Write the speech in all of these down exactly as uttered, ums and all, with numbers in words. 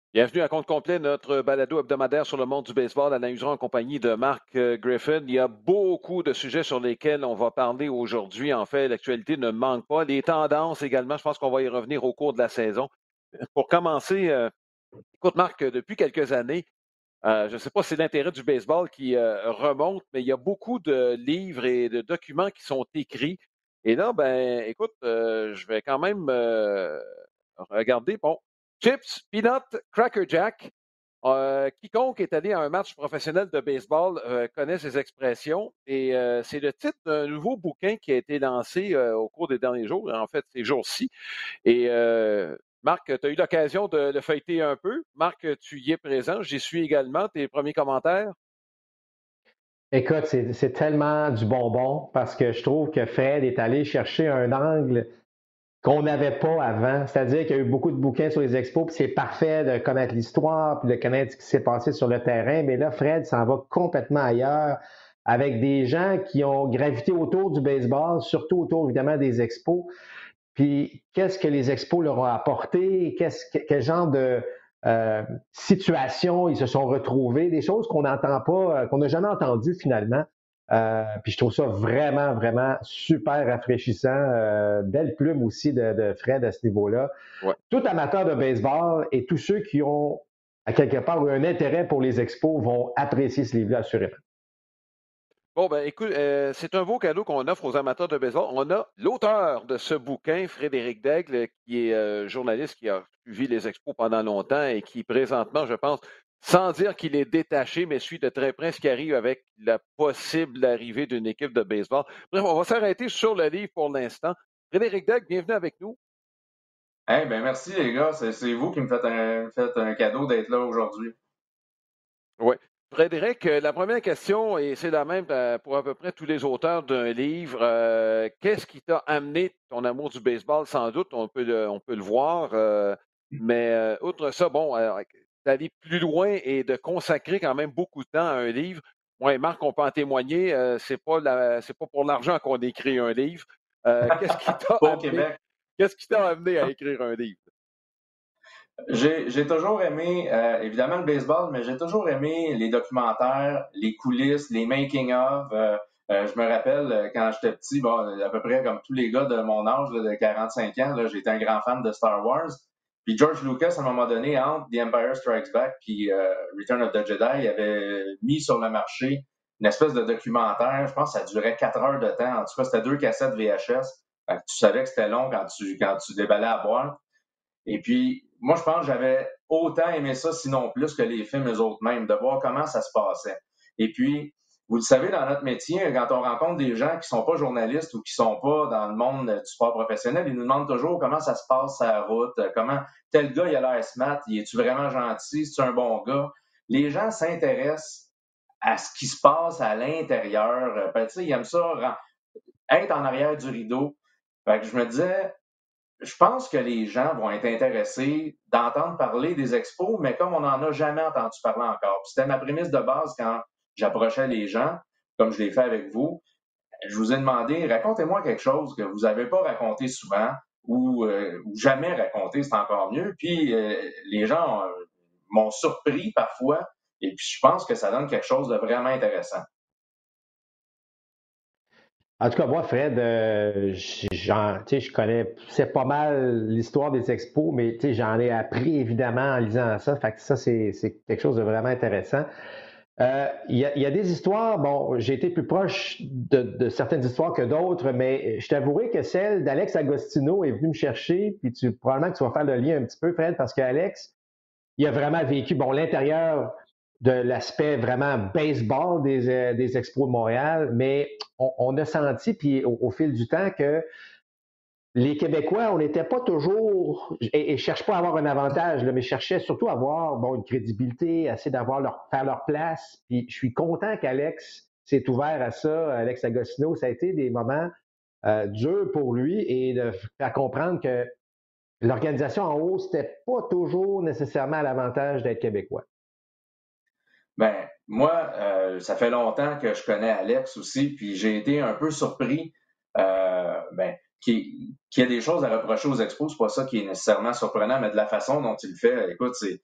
Bienvenue à compte complet, notre balado hebdomadaire sur le monde du baseball. Alain Useron en compagnie de Marc euh, Griffin. Il y a beaucoup de sujets sur lesquels on va parler aujourd'hui. En fait, l'actualité ne manque pas. Les tendances également, je pense qu'on va y revenir au cours de la saison. Pour commencer, euh, écoute Marc, depuis quelques années, euh, je ne sais pas si c'est l'intérêt du baseball qui euh, remonte, mais il y a beaucoup de livres et de documents qui sont écrits. Et là, ben, écoute, euh, je vais quand même euh, regarder. Bon, Chips, Peanut, Cracker Jack. Euh, quiconque est allé à un match professionnel de baseball euh, connaît ces expressions et euh, c'est le titre d'un nouveau bouquin qui a été lancé euh, au cours des derniers jours, en fait ces jours-ci. Et euh, Marc, tu as eu l'occasion de le feuilleter un peu. Marc, tu y es présent, j'y suis également. Tes premiers commentaires? Écoute, c'est c'est tellement du bonbon parce que je trouve que Fred est allé chercher un angle qu'on n'avait pas avant. C'est-à-dire qu'il y a eu beaucoup de bouquins sur les expos, puis c'est parfait de connaître l'histoire, puis de connaître ce qui s'est passé sur le terrain. Mais là, Fred s'en va complètement ailleurs avec des gens qui ont gravité autour du baseball, surtout autour évidemment des expos. Puis qu'est-ce que les expos leur ont apporté? Qu'est-ce que, quel genre de euh, situation ils se sont retrouvés? Des choses qu'on n'entend pas, euh, qu'on n'a jamais entendues finalement. Euh, puis je trouve ça vraiment, vraiment super rafraîchissant. Euh, belle plume aussi de, de Fred à ce niveau-là. Ouais. Tout amateur de baseball et tous ceux qui ont, à quelque part, eu un intérêt pour les expos vont apprécier ce livre-là assurément. Bon, ben écoute, euh, c'est un beau cadeau qu'on offre aux amateurs de baseball. On a l'auteur de ce bouquin, Frédéric Daigle, qui est euh, journaliste qui a suivi les expos pendant longtemps et qui présentement, je pense, sans dire qu'il est détaché, mais suit de très près ce qui arrive avec la possible arrivée d'une équipe de baseball. Bref, on va s'arrêter sur le livre pour l'instant. Frédéric Daigle, bienvenue avec nous. Eh ben merci les gars, c'est c'est vous qui me faites un, me faites un cadeau d'être là aujourd'hui. Oui. Frédéric, euh, la première question, et c'est la même euh, pour à peu près tous les auteurs d'un livre, euh, qu'est-ce qui t'a amené ton amour du baseball? Sans doute, on peut le, on peut le voir, euh, mais euh, outre ça, bon, euh, d'aller plus loin et de consacrer quand même beaucoup de temps à un livre. Moi et Marc, on peut en témoigner, euh, c'est pas la, c'est pas pour l'argent qu'on écrit un livre. Euh, qu'est-ce qui t'a Pas au amené, Québec. qu'est-ce qui t'a amené à écrire un livre? J'ai j'ai toujours aimé, euh, évidemment, le baseball, mais j'ai toujours aimé les documentaires, les coulisses, les making of. Euh, euh, je me rappelle euh, quand j'étais petit, bon, à peu près comme tous les gars de mon âge, là, de quarante-cinq ans, là, j'étais un grand fan de Star Wars. Puis George Lucas, à un moment donné, entre The Empire Strikes Back puis euh, Return of the Jedi, il avait mis sur le marché une espèce de documentaire. Je pense que ça durait quatre heures de temps. En tout cas, c'était deux cassettes V H S. Fait que tu savais que c'était long quand tu quand tu déballais à boire. Et puis, moi, je pense que j'avais autant aimé ça, sinon plus, que les films eux autres mêmes, de voir comment ça se passait. Et puis, vous le savez, dans notre métier, quand on rencontre des gens qui sont pas journalistes ou qui sont pas dans le monde du sport professionnel, ils nous demandent toujours comment ça se passe sur la route, comment tel gars, il a l'air smart, il est-tu vraiment gentil, c'est un bon gars. Les gens s'intéressent à ce qui se passe à l'intérieur. Ben, tu sais, ils aiment ça, être en arrière du rideau. Fait que je me disais, je pense que les gens vont être intéressés d'entendre parler des expos, mais comme on n'en a jamais entendu parler encore. Puis c'était ma prémisse de base quand j'approchais les gens, comme je l'ai fait avec vous. Je vous ai demandé, racontez-moi quelque chose que vous n'avez pas raconté souvent ou, euh, ou jamais raconté, c'est encore mieux. Puis euh, les gens euh, m'ont surpris parfois, et puis je pense que ça donne quelque chose de vraiment intéressant. En tout cas, moi, Fred, euh, j'en, tu sais, je connais, c'est pas mal l'histoire des expos, mais tu sais, j'en ai appris évidemment en lisant ça. Fait que ça, c'est, c'est quelque chose de vraiment intéressant. Euh, Il y a, il y a des histoires, bon, j'ai été plus proche de, de certaines histoires que d'autres, mais je t'avouerai que celle d'Alex Agostino est venue me chercher, puis tu, probablement que tu vas faire le lien un petit peu, Fred, parce qu'Alex, il a vraiment vécu, bon, l'intérieur de l'aspect vraiment baseball des, euh, des Expos de Montréal, mais on, on a senti, puis au, au, fil du temps, que les Québécois, on n'était pas toujours, et, et cherche pas à avoir un avantage, là, mais cherchait surtout à avoir bon, une crédibilité, essayer d'avoir leur, faire leur place. Puis je suis content qu'Alex s'est ouvert à ça, Alex Agostino. Ça a été des moments euh, durs pour lui et de faire comprendre que l'organisation en haut, c'était pas toujours nécessairement à l'avantage d'être québécois. Ben, moi, euh, ça fait longtemps que je connais Alex aussi, puis j'ai été un peu surpris euh, ben, qu'il qu'il y ait des choses à reprocher aux expos. C'est pas ça qui est nécessairement surprenant, mais de la façon dont il le fait, écoute, c'est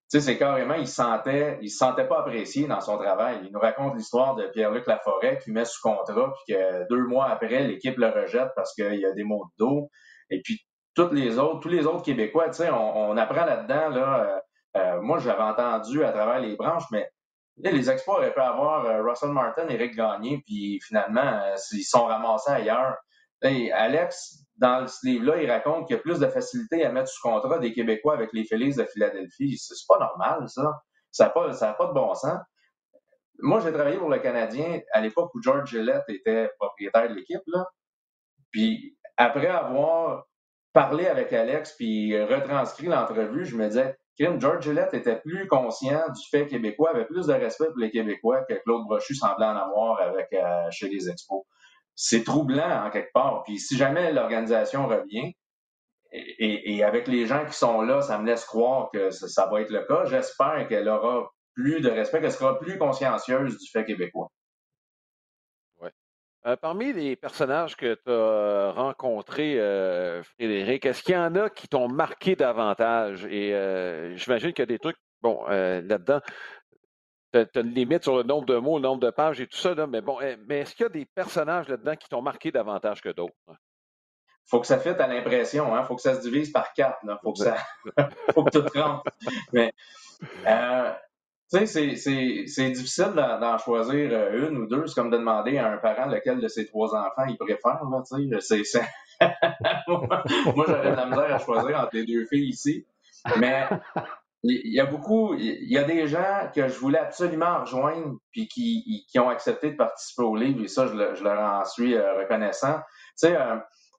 sais, c'est carrément, il se sentait, il se sentait pas apprécié dans son travail. Il nous raconte l'histoire de Pierre-Luc Laforêt qui met sous contrat, puis que deux mois après, l'équipe le rejette parce qu'il y a des maux de dos. Et puis, toutes les autres, tous les autres Québécois, tu sais, on, on apprend là-dedans, là. Euh, euh, moi, j'avais entendu à travers les branches, mais les Expos auraient pu avoir euh, Russell Martin, Éric Gagné, puis finalement, euh, ils sont ramassés ailleurs. Hey, Alex, dans ce livre-là, il raconte qu'il y a plus de facilité à mettre sous contrat des Québécois avec les Phillies de Philadelphie. C'est pas normal, ça. Ça n'a pas, ça a pas de bon sens. Moi, j'ai travaillé pour le Canadien à l'époque où George Gillette était propriétaire de l'équipe, là. Puis après avoir parlé avec Alex puis retranscrit l'entrevue, je me disais, Kim, George Gillette était plus conscient du fait québécois, avait plus de respect pour les Québécois que Claude Brochu semblait en avoir avec euh, chez les Expos. C'est troublant en quelque part. Puis si jamais l'organisation revient, et, et, et avec les gens qui sont là, ça me laisse croire que ça, ça va être le cas. J'espère qu'elle aura plus de respect, qu'elle sera plus consciencieuse du fait québécois. Ouais. Euh, parmi les personnages que tu as rencontrés, euh, Frédéric, est-ce qu'il y en a qui t'ont marqué davantage? Et euh, j'imagine qu'il y a des trucs, bon, euh, là-dedans, tu as une limite sur le nombre de mots, le nombre de pages et tout ça, là, mais bon, eh, mais est-ce qu'il y a des personnages là-dedans qui t'ont marqué davantage que d'autres? Faut que ça fitte à l'impression, hein? Faut que ça se divise par quatre, là. Faut que ça, faut que tout rentre. Mais, euh, tu sais, c'est, c'est, c'est difficile d'en, d'en choisir une ou deux. C'est comme de demander à un parent lequel de ses trois enfants il préfère, là, tu sais. C'est, c'est... Moi, j'aurais de la misère à choisir entre les deux filles ici. Mais il y a beaucoup, il y a des gens que je voulais absolument rejoindre puis qui, qui ont accepté de participer au livre et ça, je, le, je leur en suis reconnaissant. Tu sais, euh,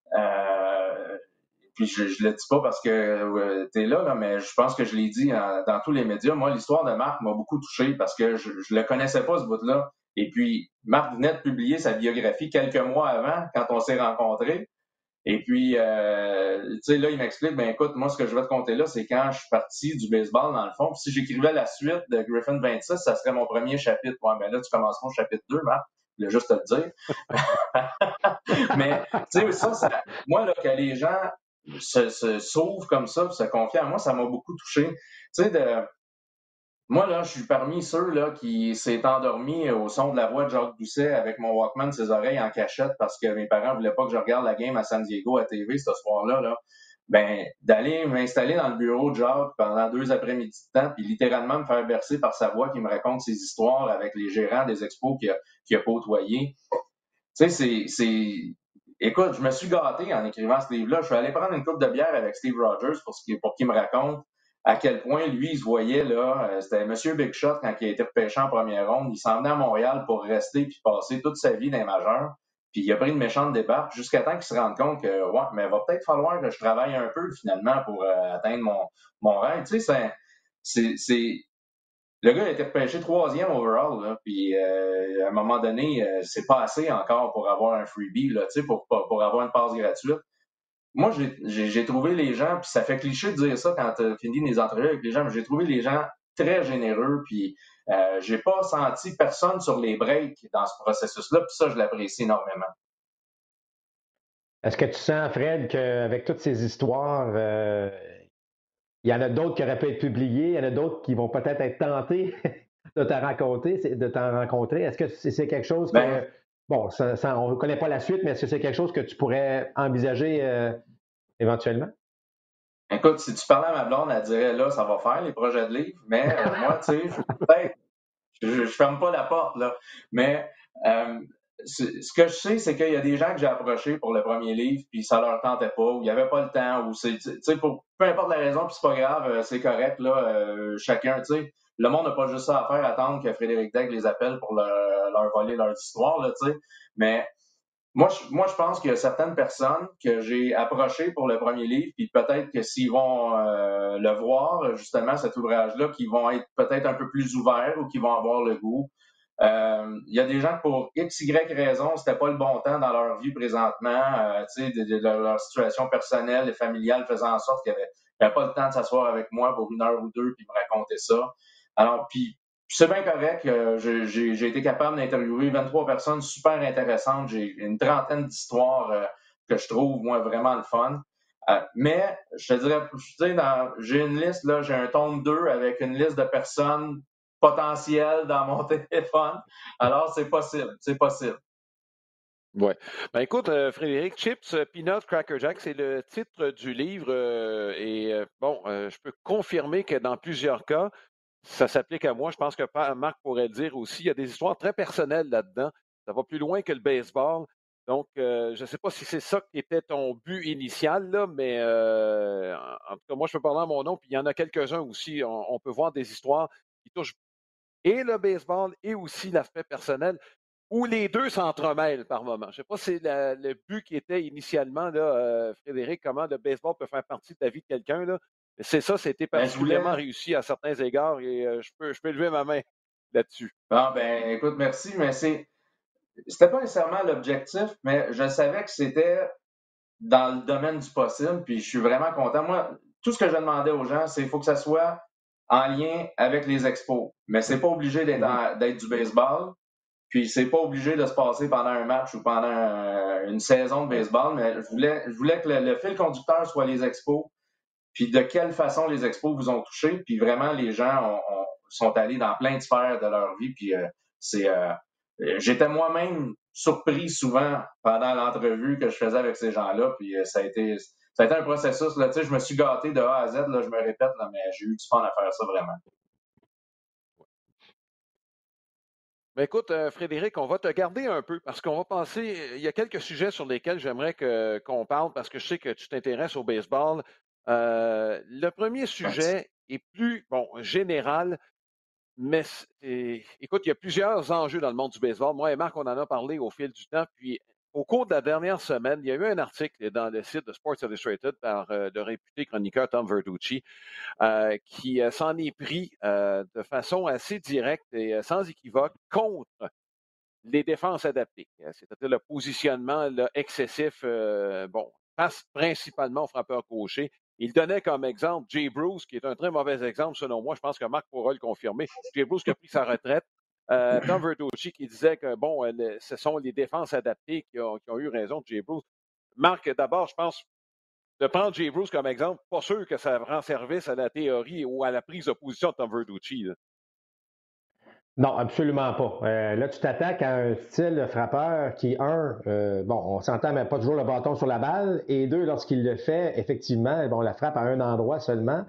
euh, puis je, je le dis pas parce que euh, tu es là, là, mais je pense que je l'ai dit en, dans tous les médias. Moi, l'histoire de Marc m'a beaucoup touché parce que je, je le connaissais pas, ce bout-là. Et puis, Marc venait de publier sa biographie quelques mois avant, quand on s'est rencontrés. Et puis, euh, tu sais, là, il m'explique, ben écoute, moi, ce que je vais te compter là, c'est quand je suis parti du baseball, dans le fond. Puis si j'écrivais la suite de Griffin vingt-six, ça serait mon premier chapitre. Ouais, ben là, tu commences mon chapitre deux, Marc. Je voulais juste te le dire. Mais, tu sais, ça, ça, moi, là, que les gens se, se s'ouvrent comme ça, se confient en moi, ça m'a beaucoup touché. Tu sais, de... Moi, là, je suis parmi ceux là, qui s'est endormi au son de la voix de Jacques Doucet avec mon Walkman, ses oreilles en cachette parce que mes parents voulaient pas que je regarde la game à San Diego à T V ce soir-là. Là. Ben, d'aller m'installer dans le bureau de Jacques pendant deux après-midi de temps, puis littéralement me faire bercer par sa voix qui me raconte ses histoires avec les gérants des expos qu'il a, qu'il a côtoyés. Tu sais, c'est, c'est... Écoute, je me suis gâté en écrivant ce livre-là. Je suis allé prendre une coupe de bière avec Steve Rogers pour, ce pour qu'il me raconte à quel point lui, il se voyait, là, c'était M. Big Shot quand il a été repêché en première ronde. Il s'en venait à Montréal pour rester puis passer toute sa vie dans les majeurs. Puis il a pris une méchante débarque jusqu'à temps qu'il se rende compte que, ouais, mais il va peut-être falloir que je travaille un peu, finalement, pour euh, atteindre mon, mon rêve. Tu sais, c'est, c'est, le gars a été repêché troisième overall, là, puis euh, à un moment donné, euh, c'est pas assez encore pour avoir un freebie, là, tu sais, pour, pour avoir une passe gratuite. Moi, j'ai, j'ai, j'ai trouvé les gens, puis ça fait cliché de dire ça quand tu finis les entrevues avec les gens, mais j'ai trouvé les gens très généreux, puis euh, j'ai pas senti personne sur les breaks dans ce processus-là, puis ça, je l'apprécie énormément. Est-ce que tu sens, Fred, qu'avec toutes ces histoires, euh, il y en a d'autres qui auraient pu être publiées, il y en a d'autres qui vont peut-être être tentés de t'en rencontrer, de t'en rencontrer. Est-ce que c'est quelque chose que, ben, bon, ça, ça, on ne connaît pas la suite, mais est-ce que c'est quelque chose que tu pourrais envisager euh, éventuellement? Écoute, si tu parlais à ma blonde, elle dirait là, ça va faire les projets de livres, mais euh, moi, tu sais, peut-être, je, je, je ferme pas la porte, là. Mais euh, ce que je sais, c'est qu'il y a des gens que j'ai approchés pour le premier livre, puis ça leur tentait pas, ou il n'y avait pas le temps, ou c'est, tu sais, pour peu importe la raison, puis c'est pas grave, c'est correct, là, euh, chacun, tu sais, le monde n'a pas juste ça à faire, attendre que Frédéric Daigle les appelle pour leur, leur voler leurs histoires, là, tu sais, mais moi je, moi, je pense qu'il y a certaines personnes que j'ai approchées pour le premier livre, puis peut-être que s'ils vont euh, le voir, justement, cet ouvrage-là, qu'ils vont être peut-être un peu plus ouverts ou qu'ils vont avoir le goût. Euh, il y a des gens que pour X, Y raison, c'était pas le bon temps dans leur vie présentement, euh, tu sais, de, de, de leur situation personnelle et familiale faisant en sorte qu'il n'y avait, avait pas le temps de s'asseoir avec moi pour une heure ou deux puis me raconter ça. Alors, puis c'est bien correct. Euh, j'ai, j'ai été capable d'interviewer vingt-trois personnes super intéressantes. J'ai une trentaine d'histoires euh, que je trouve, moi, vraiment le fun. Euh, mais je te dirais, tu sais, dans, j'ai une liste, là, j'ai un tome deux avec une liste de personnes potentielles dans mon téléphone. Alors, c'est possible, c'est possible. Oui. Ben écoute, euh, Frédéric, Chips, euh, Peanuts, Cracker Jack, c'est le titre du livre. euh, et euh, bon, euh, je peux confirmer que dans plusieurs cas, ça s'applique à moi. Je pense que Pa- Marc pourrait le dire aussi. Il y a des histoires très personnelles là-dedans. Ça va plus loin que le baseball. Donc, euh, je ne sais pas si c'est ça qui était ton but initial, là, mais euh, en en tout cas, moi, je peux parler en mon nom, puis il y en a quelques-uns aussi. On, on peut voir des histoires qui touchent et le baseball et aussi l'aspect personnel, où les deux s'entremêlent par moment. Je ne sais pas si c'est la- le but qui était initialement, là, euh, Frédéric, comment le baseball peut faire partie de la vie de quelqu'un. Là. C'est ça, c'était Ben, je voulais. particulièrement réussi à certains égards et euh, je, peux, je peux lever ma main là-dessus. Bon, ben, écoute, merci, mais c'est, c'était pas nécessairement l'objectif, mais je savais que c'était dans le domaine du possible, puis je suis vraiment content. Moi, tout ce que je demandais aux gens, c'est qu'il faut que ça soit en lien avec les expos. Mais c'est pas obligé d'être, en- d'être du baseball, puis c'est pas obligé de se passer pendant un match ou pendant un- une saison de baseball, mais je voulais, je voulais que le, le fil conducteur soit les expos, puis de quelle façon les expos vous ont touché, puis vraiment les gens ont- ont- sont allés dans plein de sphères de leur vie, puis euh, c'est euh, j'étais moi-même surpris souvent pendant l'entrevue que je faisais avec ces gens-là, puis euh, ça a été ça a été un processus là, tu sais, je me suis gâté de A à Z, là, je me répète là, mais j'ai eu du fun à faire ça vraiment. Ben écoute, euh, Frédéric, on va te garder un peu parce qu'on va passer. Il y a quelques sujets sur lesquels j'aimerais que, qu'on parle parce que je sais que tu t'intéresses au baseball. Euh, le premier sujet est plus bon, général. Mais c'est- écoute, il y a plusieurs enjeux dans le monde du baseball. Moi et Marc, on en a parlé au fil du temps. Puis, au cours de la dernière semaine, il y a eu un article dans le site de Sports Illustrated par euh, le réputé chroniqueur Tom Verducci euh, qui euh, s'en est pris euh, de façon assez directe et euh, sans équivoque contre les défenses adaptées, euh, c'est-à-dire le positionnement là, excessif, euh, bon, passe principalement aux frappeurs gauchers. Il donnait comme exemple Jay Bruce, qui est un très mauvais exemple selon moi. Je pense que Marc pourra le confirmer. Jay Bruce qui a pris sa retraite. Euh, Tom Verducci qui disait que bon, euh, le- ce sont les défenses adaptées qui ont, qui ont eu raison de Jay Bruce. Marc, d'abord, je pense de prendre Jay Bruce comme exemple, pas sûr que ça rend service à la théorie ou à la prise de position de Tom Verducci. Là. Non, absolument pas. Euh, là, tu t'attaques à un style de frappeur qui, un, euh, bon, on s'entend, mais pas toujours le bâton sur la balle, et deux, lorsqu'il le fait, effectivement, bon, la frappe à un endroit seulement.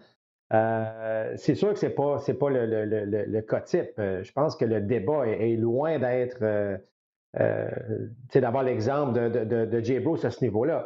Euh, c'est sûr que c'est pas, c'est pas le, le, le, le cas type. Euh, je pense que le débat est, est loin d'être, euh, euh, tu sais, d'avoir l'exemple de, de, de, de Jay Bruce à ce niveau-là.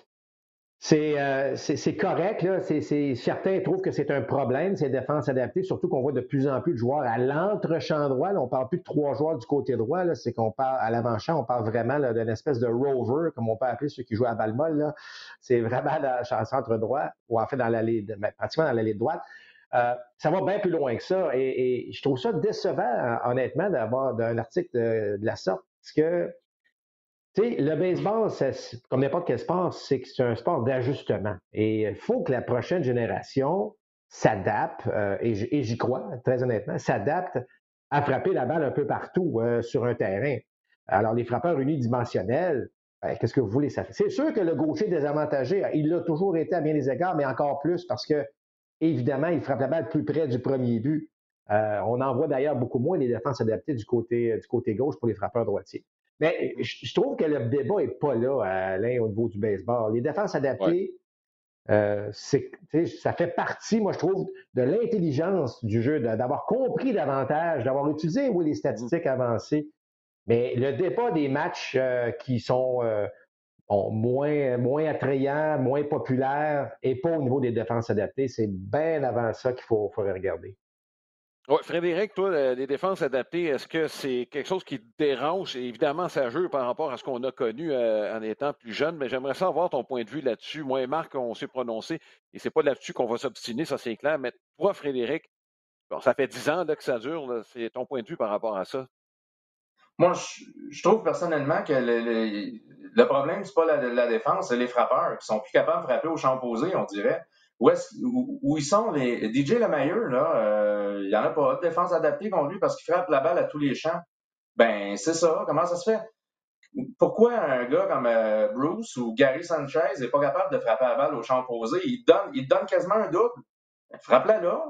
C'est euh, c'est c'est correct, là. C'est, c'est, certains trouvent que c'est un problème, ces défenses adaptées, surtout qu'on voit de plus en plus de joueurs à l'entre-champ droit. Là, on ne parle plus de trois joueurs du côté droit. Là, c'est qu'on parle à l'avant-champ, on parle vraiment là, d'une espèce de rover, comme on peut appeler ceux qui jouent à balle molle. Là. C'est vraiment dans le centre droit, ou en fait dans l'allée, de, ben, pratiquement dans l'allée droite. Euh, ça va bien plus loin que ça. Et, et je trouve ça décevant, honnêtement, d'avoir un article de, de la sorte. Parce que tu sais, le baseball, ça, comme n'importe quel sport, c'est que c'est un sport d'ajustement. Et il faut que la prochaine génération s'adapte, euh, et, et j'y crois, très honnêtement, s'adapte à frapper la balle un peu partout euh, sur un terrain. Alors, les frappeurs unidimensionnels, ben, qu'est-ce que vous voulez ça fait? C'est sûr que le gaucher désavantagé, il l'a toujours été à bien des égards, mais encore plus parce que, évidemment, il frappe la balle plus près du premier but. Euh, on en voit d'ailleurs beaucoup moins les défenses adaptées du côté, du côté gauche pour les frappeurs droitiers. Mais je, je trouve que le débat n'est pas là, Alain, au niveau du baseball. Les défenses Ouais. adaptées, euh, c'est, ça fait partie, moi, je trouve, de l'intelligence du jeu, d'avoir compris davantage, d'avoir utilisé, oui, les statistiques avancées. Mais le débat des matchs euh, qui sont euh, bon, moins, moins attrayants, moins populaires, et pas au niveau des défenses adaptées, c'est bien avant ça qu'il faut, faudrait regarder. Ouais, Frédéric, toi, euh, les défenses adaptées, est-ce que c'est quelque chose qui te dérange? Et évidemment, ça joue par rapport à ce qu'on a connu euh, en étant plus jeune, mais j'aimerais savoir ton point de vue là-dessus. Moi et Marc, on s'est prononcé, et c'est pas là-dessus qu'on va s'obstiner, ça c'est clair. Mais toi, Frédéric, bon, ça fait dix ans là, que ça dure, là, c'est ton point de vue par rapport à ça. Moi, je, je trouve personnellement que le, le, le problème, c'est pas la, la défense, c'est les frappeurs qui sont plus capables de frapper au champ opposé, on dirait. Où, est où, où ils sont les D J Lemayeux, là, euh, il n'y en a pas de défense adaptée contre lui parce qu'il frappe la balle à tous les champs. Ben, c'est ça. Comment ça se fait? pourquoi un gars comme euh, Bruce ou Gary Sanchez n'est pas capable de frapper la balle au champ opposé? Il te donne, il te donne quasiment un double. Frappe-la là.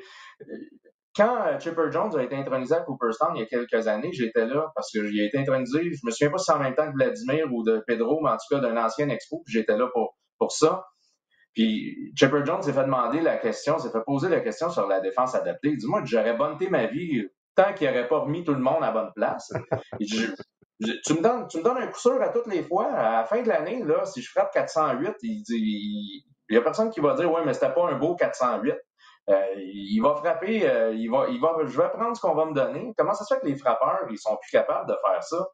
Quand Chipper Jones a été intronisé à Cooperstown il y a quelques années, j'étais là parce qu'il a été intronisé, je me souviens pas si c'est en même temps que Vladimir ou de Pedro, mais en tout cas d'un ancien expo, puis j'étais là pour, pour ça. Puis Chipper Jones s'est fait demander la question, s'est fait poser la question sur la défense adaptée. Dis-moi que j'aurais bonneté ma vie tant qu'il n'aurait pas remis tout le monde à bonne place. Je, je, tu, me donnes, tu me donnes un coup sûr à toutes les fois. À la fin de l'année, là, si je frappe quatre cent huit, il dit, il y a personne qui va dire ouais, mais c'était pas un beau quatre cent huit. Euh, il va frapper, euh, il va, il va, je vais prendre ce qu'on va me donner. Comment ça se fait que les frappeurs, ils sont plus capables de faire ça?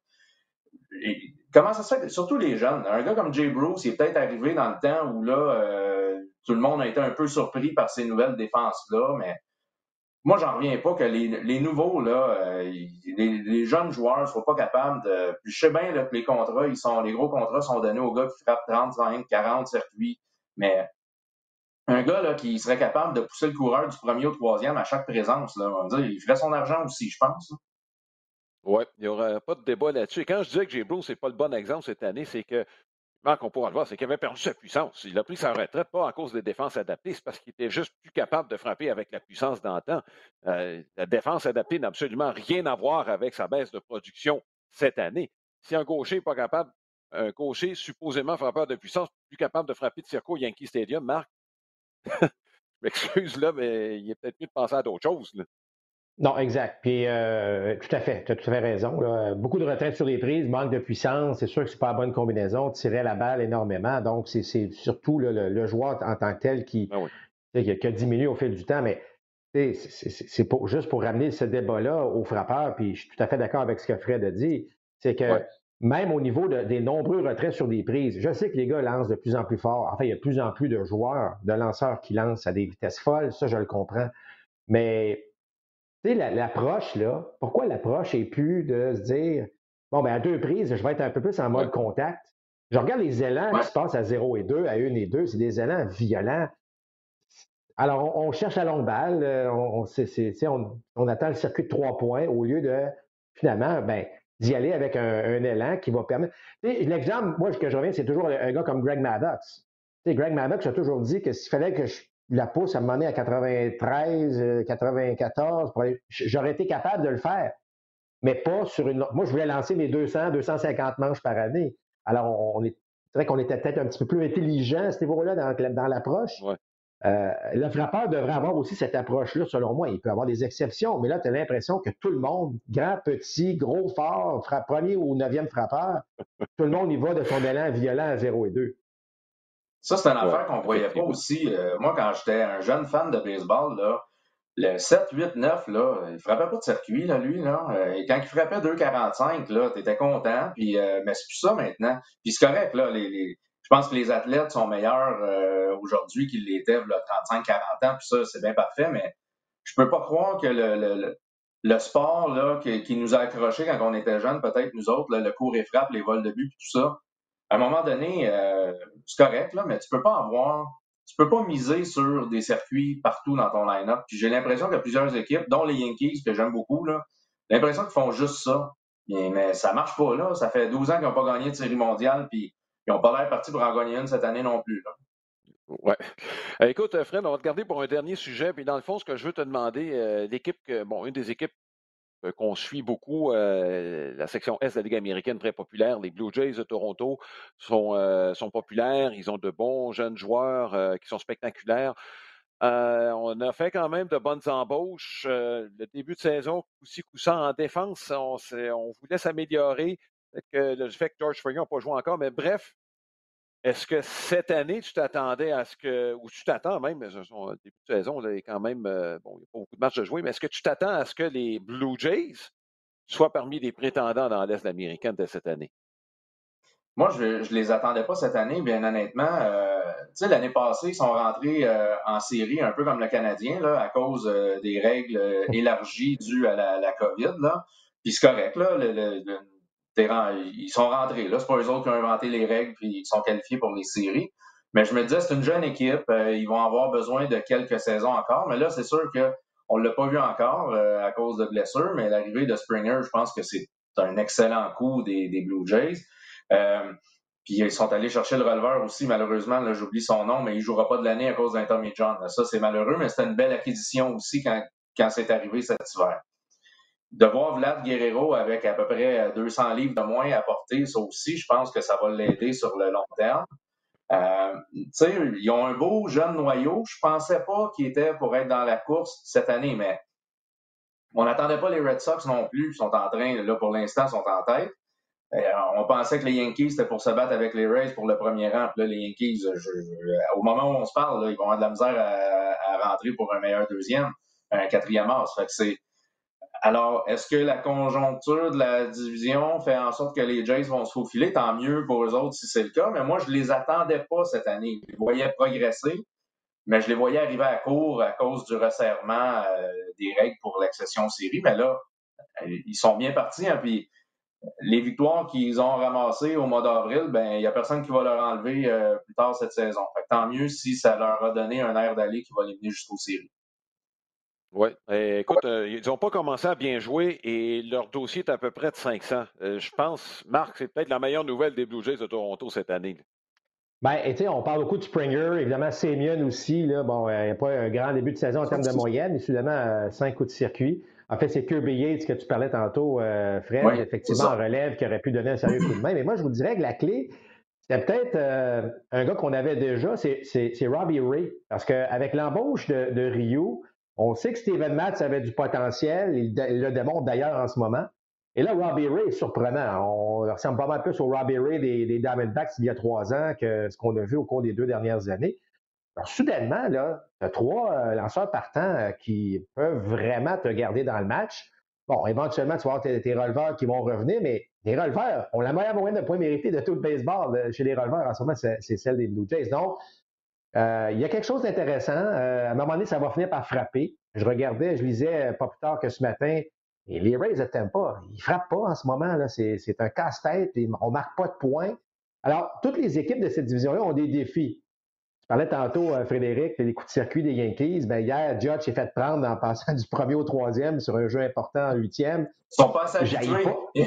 Et comment ça se fait que, surtout les jeunes, un gars comme Jay Bruce, il est peut-être arrivé dans le temps où là, euh, tout le monde a été un peu surpris par ces nouvelles défenses-là, mais moi, j'en reviens pas que les, les nouveaux, là, euh, les, les jeunes joueurs ne soient pas capables de. Puis je sais bien là, que les contrats, ils sont, les gros contrats sont donnés aux gars qui frappent trente, vingt, quarante circuits, mais un gars là, qui serait capable de pousser le coureur du premier au troisième à chaque présence, là, on va dire, il ferait son argent aussi, je pense. Oui, il n'y aura pas de débat là-dessus. Et quand je disais que Jay Bruce, ce n'est pas le bon exemple cette année, c'est que, qu'on pourra le voir, c'est qu'il avait perdu sa puissance. Il a pris sa retraite pas à cause des défenses adaptées, c'est parce qu'il était juste plus capable de frapper avec la puissance d'antan. Euh, la défense adaptée n'a absolument rien à voir avec sa baisse de production cette année. Si un gaucher n'est pas capable, un gaucher supposément frappeur de puissance, plus capable de frapper de circo au Yankee Stadium, Marc, je m'excuse là, mais il est peut-être mieux de penser à d'autres choses. Là. Non, exact. Puis, euh, tout à fait, tu as tout à fait raison. Là. Beaucoup de retraites sur les prises, manque de puissance, c'est sûr que c'est pas la bonne combinaison, tirer la balle énormément. Donc, c'est, c'est surtout là, le, le joueur en tant que tel qui, Ah oui. qui, qui a diminué au fil du temps. Mais c'est, c'est, c'est pour, juste pour ramener ce débat-là aux frappeurs, puis je suis tout à fait d'accord avec ce que Fred a dit, c'est que Ouais. même au niveau de, des nombreux retraits sur des prises, je sais que les gars lancent de plus en plus fort. Enfin, il y a de plus en plus de joueurs, de lanceurs qui lancent à des vitesses folles, ça, je le comprends. Mais tu sais, la, l'approche, là, pourquoi l'approche est plus de se dire, bon, ben à deux prises, je vais être un peu plus en mode Ouais. contact. Je regarde les élans Ouais. qui se passent à zéro et deux, à un et deux, c'est des élans violents. Alors, on, on cherche à longue balle, on, on, c'est, c'est, on, on attend le circuit de trois points au lieu de, finalement, ben, d'y aller avec un, un élan qui va permettre. Tu sais, l'exemple, moi, ce que je reviens, c'est toujours un gars comme Greg Maddux. Tu sais, Greg Maddux a toujours dit que s'il fallait que je la pousse à un moment donné à quatre-vingt-treize, quatre-vingt-quatorze, pour aller, j'aurais été capable de le faire, mais pas sur une. Moi, je voulais lancer mes deux cents, deux cent cinquante manches par année. Alors, on, on est, c'est vrai qu'on était peut-être un petit peu plus intelligent à ce niveau-là dans, dans l'approche. Ouais. Euh, le frappeur devrait avoir aussi cette approche-là, selon moi. Il peut avoir des exceptions, mais là, tu as l'impression que tout le monde, grand, petit, gros, fort, frappe premier ou neuvième frappeur, tout le monde y va de son élan violent à zéro et deux. Ça, c'est une Ouais, affaire qu'on ne voyait pas aussi. Euh, moi, quand j'étais un jeune fan de baseball, là, le sept, huit, neuf, là, il frappait pas de circuit, là, lui. Là. Euh, et quand il frappait deux quarante-cinq, là, t'étais content. Puis, euh, mais c'est plus ça maintenant. Puis c'est correct, là. Les, les, je pense que les athlètes sont meilleurs euh, aujourd'hui qu'ils l'étaient là, trente-cinq, quarante ans. Puis ça, c'est bien parfait. Mais je peux pas croire que le, le, le, le sport là, qui, qui nous a accrochés quand on était jeunes, peut-être nous autres, là, le cours et frappe, les vols de but, tout ça, à un moment donné, euh, c'est correct, là, mais tu peux pas avoir, tu peux pas miser sur des circuits partout dans ton line-up. Puis j'ai l'impression qu'il y a plusieurs équipes, dont les Yankees, que j'aime beaucoup, là, l'impression qu'ils font juste ça. Mais, mais ça marche pas, là. Ça fait douze ans qu'ils n'ont pas gagné de série mondiale, puis ils n'ont pas l'air partis pour en gagner une cette année non plus, là. Ouais. Euh, écoute, Fred, on va te garder pour un dernier sujet. Puis dans le fond, ce que je veux te demander, euh, l'équipe, que, bon, une des équipes euh, qu'on suit beaucoup, euh, la section Est de la Ligue américaine très populaire, les Blue Jays de Toronto sont, euh, sont populaires. Ils ont de bons jeunes joueurs euh, qui sont spectaculaires. Euh, on a fait quand même de bonnes embauches. Euh, le début de saison, coup-ci, coup-ça en défense, on, on voulait s'améliorer. Que le fait que George Springer n'a pas joué encore, mais bref, est-ce que cette année, tu t'attendais à ce que, ou tu t'attends même, mais son début de saison, là, est quand même, euh, bon, il n'y a pas beaucoup de matchs de jouer, mais est-ce que tu t'attends à ce que les Blue Jays soient parmi les prétendants dans l'Est américaine de cette année? Moi, je ne les attendais pas cette année, bien honnêtement. Euh, tu sais, l'année passée, ils sont rentrés euh, en série un peu comme le Canadien, là, à cause euh, des règles euh, élargies dues à la, la COVID, là. Puis c'est correct, là. Le, le, le, ils sont rentrés, là. C'est pas eux autres qui ont inventé les règles, puis ils sont qualifiés pour les séries. Mais je me disais, c'est une jeune équipe. Euh, ils vont avoir besoin de quelques saisons encore. Mais là, c'est sûr qu'on ne l'a pas vu encore euh, à cause de blessures. Mais l'arrivée de Springer, je pense que c'est c'est un excellent coup des, des Blue Jays. Euh, puis ils sont allés chercher le releveur aussi, malheureusement, là, j'oublie son nom, mais il ne jouera pas de l'année à cause d'un Tommy John. Ça, c'est malheureux, mais c'était une belle acquisition aussi quand, quand c'est arrivé cet hiver. De voir Vlad Guerrero avec à peu près deux cents livres de moins à porter, ça aussi, je pense que ça va l'aider sur le long terme. Euh, tu sais, ils ont un beau jeune noyau. Je pensais pas qu'ils étaient pour être dans la course cette année, mais on n'attendait pas les Red Sox non plus. Ils sont en train, là, pour l'instant, sont en tête. Euh, on pensait que les Yankees, c'était pour se battre avec les Rays pour le premier rang. Puis là, les Yankees, je, je, au moment où on se parle, là, ils vont avoir de la misère à, à rentrer pour un meilleur deuxième, un quatrième as. Fait que c'est Alors, est-ce que la conjoncture de la division fait en sorte que les Jays vont se faufiler? Tant mieux pour eux autres si c'est le cas, mais moi, je les attendais pas cette année. Je les voyais progresser, mais je les voyais arriver à court à cause du resserrement euh, des règles pour l'accession aux séries. Mais là, ils sont bien partis. Hein, puis les victoires qu'ils ont ramassées au mois d'avril, ben il n'y a personne qui va leur enlever euh, plus tard cette saison. Fait que tant mieux si ça leur a donné un air d'aller qui va les mener jusqu'aux séries. Oui. Eh, écoute, euh, ils n'ont pas commencé à bien jouer et leur dossier est à peu près de cinq cents. Euh, je pense, Marc, c'est peut-être la meilleure nouvelle des Blue Jays de Toronto cette année. Ben, tu sais, on parle beaucoup de Springer, évidemment, Semien aussi. Là, bon, il n'y a pas un grand début de saison en termes de moyenne, mais soudainement, euh, cinq coups de circuit. En fait, c'est Kirby Yates que tu parlais tantôt, euh, Fred, Oui, effectivement, en relève, qui aurait pu donner un sérieux coup de main. Mais moi, je vous dirais que la clé, c'était peut-être euh, un gars qu'on avait déjà, c'est, c'est, c'est Robbie Ray. Parce qu'avec l'embauche de, de Rio, on sait que Steven Matz avait du potentiel. Il, il le démontre d'ailleurs en ce moment. Et là, Robbie Ray est surprenant. On ressemble pas mal plus au Robbie Ray des, des Diamondbacks il y a trois ans que ce qu'on a vu au cours des deux dernières années. Alors, soudainement, là, tu as trois euh, lanceurs partants euh, qui peuvent vraiment te garder dans le match. Bon, éventuellement, tu vas avoir tes, tes releveurs qui vont revenir, mais les releveurs ont la meilleure moyenne de points mérités de tout le baseball euh, chez les releveurs. En ce moment, c'est, c'est celle des Blue Jays. Donc, euh, il y a quelque chose d'intéressant. Euh, à un moment donné, ça va finir par frapper. Je regardais, je lisais pas plus tard que ce matin, et les Rays ne t'aiment pas. Ils ne frappent pas en ce moment. Là. C'est, c'est un casse-tête. Et on ne marque pas de points. Alors, toutes les équipes de cette division-là ont des défis. Tu parlais tantôt, euh, Frédéric, les coups de circuit des Yankees. Ben, hier, Judge s'est fait prendre en passant du premier au troisième sur un jeu important en huitième. Ils ne sont pas assez habitués.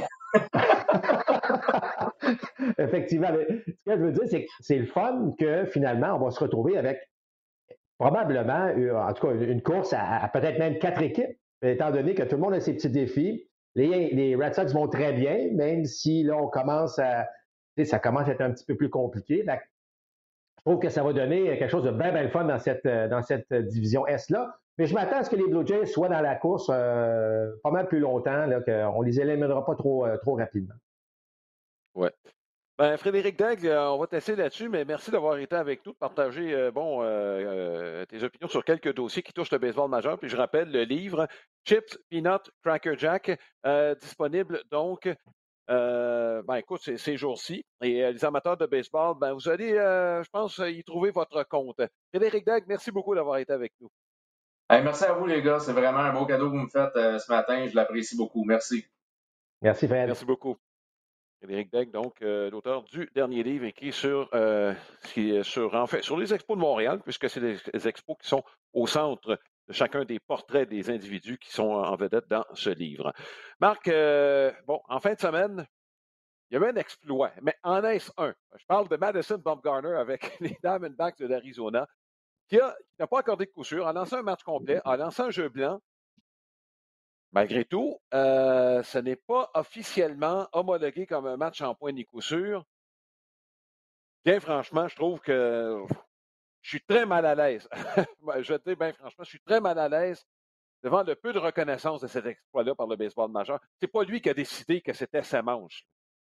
Effectivement. Mais ce que je veux dire, c'est que c'est le fun que finalement, on va se retrouver avec probablement, en tout cas, une course à, à peut-être même quatre équipes, étant donné que tout le monde a ses petits défis. Les, les Red Sox vont très bien, même si là, on commence à. Ça commence à être un petit peu plus compliqué. Donc, je trouve que ça va donner quelque chose de bien, bien fun dans cette, dans cette division S-là. Mais je m'attends à ce que les Blue Jays soient dans la course euh, pas mal plus longtemps, là, qu'on ne les éliminera pas trop, euh, trop rapidement. Oui. Ben, Frédéric Daigle, on va tester là-dessus, mais merci d'avoir été avec nous, de partager euh, bon, euh, euh, tes opinions sur quelques dossiers qui touchent le baseball majeur. Puis je rappelle le livre Chips, Peanuts, Cracker Jack, euh, disponible donc, euh, ben écoute, ces, ces jours-ci. Et euh, les amateurs de baseball, ben vous allez, euh, je pense, y trouver votre compte. Frédéric Daigle, merci beaucoup d'avoir été avec nous. Hey, merci à vous, les gars. C'est vraiment un beau cadeau que vous me faites euh, ce matin. Je l'apprécie beaucoup. Merci. Merci, Fred. Merci beaucoup. Frédéric Daigle, donc euh, l'auteur du dernier livre écrit sur, euh, sur, en fait, sur les expos de Montréal, puisque c'est les, les expos qui sont au centre de chacun des portraits des individus qui sont en vedette dans ce livre. Marc, euh, bon, en fin de semaine, il y avait un exploit, mais en est-ce un? Je parle de Madison Bumgarner avec les Diamondbacks de l'Arizona, qui n'a pas accordé de coup sûr, a lancé un match complet, a lancé un jeu blanc. Malgré tout, euh, ce n'est pas officiellement homologué comme un match en point ni coup sûr. Bien franchement, je trouve que je suis très mal à l'aise. Je vais te dire bien franchement, je suis très mal à l'aise devant le peu de reconnaissance de cet exploit-là par le baseball majeur. C'est pas lui qui a décidé que c'était sa manche.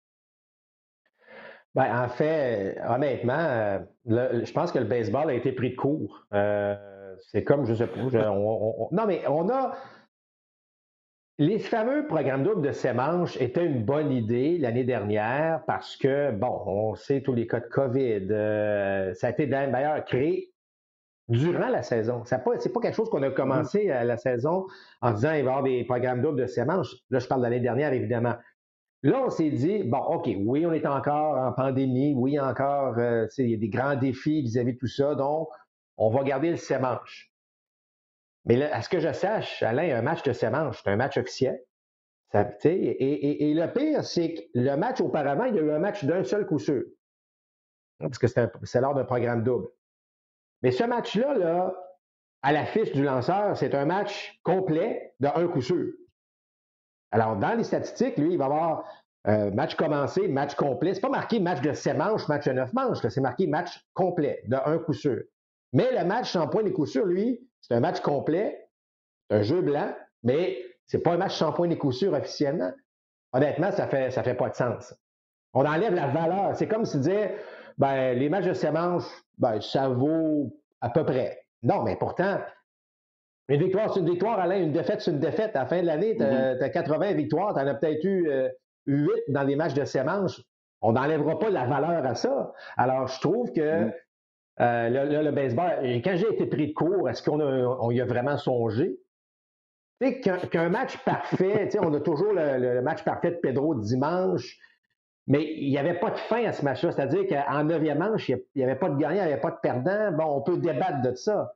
Ben, en fait, honnêtement, le, je pense que le baseball a été pris de court. Euh, c'est comme, je sais pas, je, on, on, non, mais on a. Les fameux programmes doubles de ces manches étaient une bonne idée l'année dernière parce que, bon, on sait tous les cas de COVID. Euh, ça a été d'ailleurs créé durant la saison. Ce n'est pas, pas quelque chose qu'on a commencé à la saison en disant qu'il va y avoir des programmes doubles de ces manches. Là, je parle de l'année dernière, évidemment. Là, on s'est dit, bon, OK, oui, on est encore en pandémie, oui, encore, euh, il y a des grands défis vis-à-vis de tout ça, donc on va garder le sémanche. Mais là, à ce que je sache, Alain, un match de sémanche, c'est un match officiel. Ça, et, et, et le pire, c'est que le match auparavant, il y a eu un match d'un seul coup sûr. Parce que c'est, c'est lors d'un programme double. Mais ce match-là, là, à l'affiche du lanceur, c'est un match complet d'un coup sûr. Alors, dans les statistiques, lui, il va avoir euh, match commencé, match complet. C'est pas marqué match de sept manches, match de neuf manches. Là. C'est marqué match complet d'un coup sûr. Mais le match sans point des coups sûrs, lui, c'est un match complet, un jeu blanc, mais c'est pas un match sans point des coups sûrs officiellement. Honnêtement, ça fait, ça fait pas de sens. On enlève la valeur. C'est comme si dire, ben, les matchs de sept manches, ben, ça vaut à peu près. Non, mais pourtant, une victoire, c'est une victoire, Alain. Une défaite, c'est une défaite. À la fin de l'année, tu as mm-hmm. quatre-vingts victoires. Tu en as peut-être eu euh, huit dans des matchs de sept manches. On n'enlèvera pas la valeur à ça. Alors, je trouve que mm-hmm. euh, le, le, le baseball, quand j'ai été pris de court, est-ce qu'on a, on y a vraiment songé? Tu sais, qu'un, qu'un match parfait, tu sais, on a toujours le, le match parfait de Pedro dimanche, mais il n'y avait pas de fin à ce match-là. C'est-à-dire qu'en neuvième manche, il n'y avait pas de gagnant, il n'y avait pas de perdant. Bon, on peut débattre de ça.